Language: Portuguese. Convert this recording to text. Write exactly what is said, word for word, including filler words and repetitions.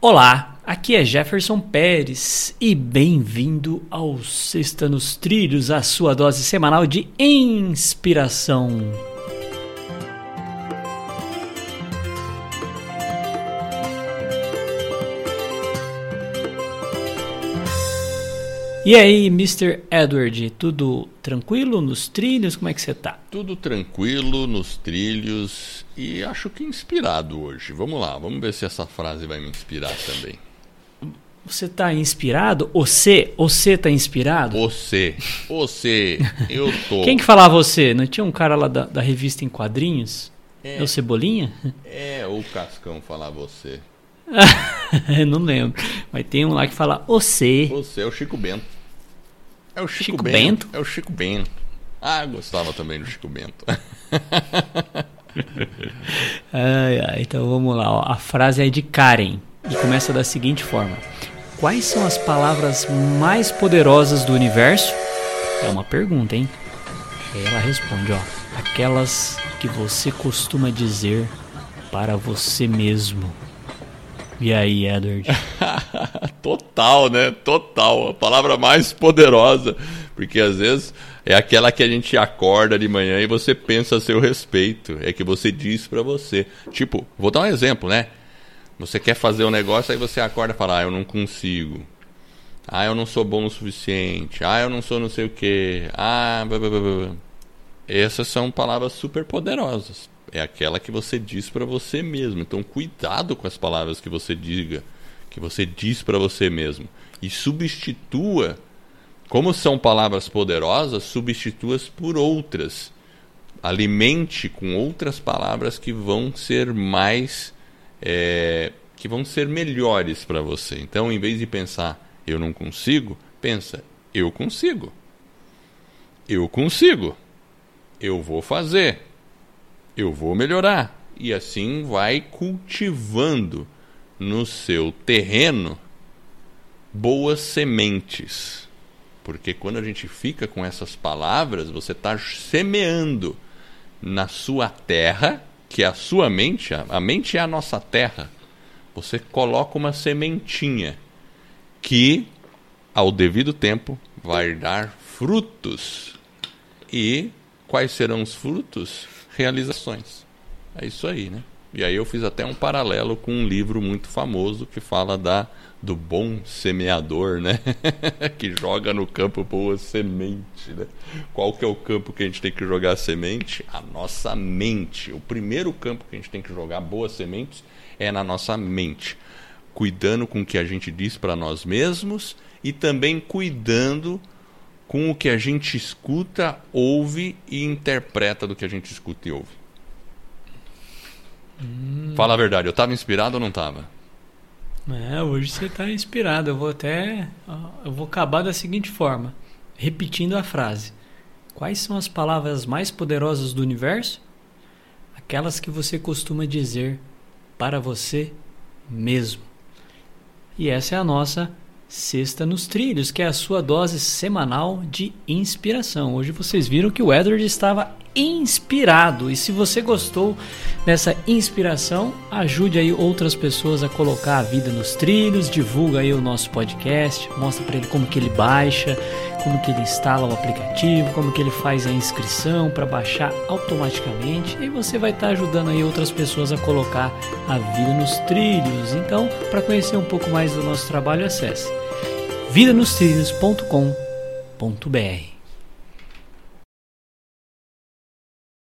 Olá, aqui é Jefferson Pérez e bem-vindo ao Sexta nos Trilhos, a sua dose semanal de inspiração. E aí, mister Edward, tudo tranquilo nos trilhos? Como é que você tá? Tudo tranquilo nos trilhos e acho que inspirado hoje. Vamos lá, vamos ver se essa frase vai me inspirar também. Você tá inspirado? Você? Você tá inspirado? Você, você, eu tô. Quem que falava você? Não tinha um cara lá da, da revista em quadrinhos? É, é o Cebolinha? É, o Cascão falar você. Não lembro, mas tem um lá que fala você. Você é o Chico Bento. É o Chico, Chico Bento. Bento? É o Chico Bento. Ah, gostava também do Chico Bento. ai, ai, então vamos lá, ó. A frase é de Karen e começa da seguinte forma: quais são as palavras mais poderosas do universo? É uma pergunta, hein? Aí ela responde, ó: aquelas que você costuma dizer para você mesmo. E aí, Edward? Total, né? Total. A palavra mais poderosa. Porque às vezes é aquela que a gente acorda de manhã e você pensa a seu respeito. É que você diz pra você. Tipo, vou dar um exemplo, né? Você quer fazer um negócio, aí você acorda e fala: ah, eu não consigo. Ah, eu não sou bom o suficiente. Ah, eu não sou não sei o quê. Ah, blá, blá, blá, blá. Essas são palavras super poderosas. É aquela que você diz para você mesmo. Então, cuidado com as palavras que você diga, que você diz para você mesmo. E substitua, como são palavras poderosas, substitua-as por outras. Alimente com outras palavras que vão ser mais, é, que vão ser melhores para você. Então, em vez de pensar, eu não consigo, pensa, eu consigo. Eu consigo. Eu vou fazer. Eu vou melhorar. E assim vai cultivando no seu terreno boas sementes. Porque quando a gente fica com essas palavras, você está semeando na sua terra, que é a sua mente. A mente é a nossa terra. Você coloca uma sementinha que, ao devido tempo, vai dar frutos. E quais serão os frutos? Realizações. É isso aí, né? E aí eu fiz até um paralelo com um livro muito famoso que fala da, do bom semeador, né? Que joga no campo boa semente, né? Qual que é o campo que a gente tem que jogar a semente? A nossa mente. O primeiro campo que a gente tem que jogar boas sementes é na nossa mente. Cuidando com o que a gente diz para nós mesmos e também cuidando com o que a gente escuta, ouve e interpreta do que a gente escuta e ouve. Hum. Fala a verdade, eu estava inspirado ou não estava? É, hoje você está inspirado. Eu vou até, eu vou acabar da seguinte forma, repetindo a frase: quais são as palavras mais poderosas do universo? Aquelas que você costuma dizer para você mesmo. E essa é a nossa Sexta nos Trilhos, que é a sua dose semanal de inspiração. Hoje vocês viram que o Edward estava inspirado. E se você gostou dessa inspiração, ajude aí outras pessoas a colocar a vida nos trilhos, divulga aí o nosso podcast, mostra para ele como que ele baixa, como que ele instala o aplicativo, como que ele faz a inscrição para baixar automaticamente. E você vai estar ajudando aí outras pessoas a colocar a vida nos trilhos. Então, para conhecer um pouco mais do nosso trabalho, acesse vida nos trilhos ponto com ponto br.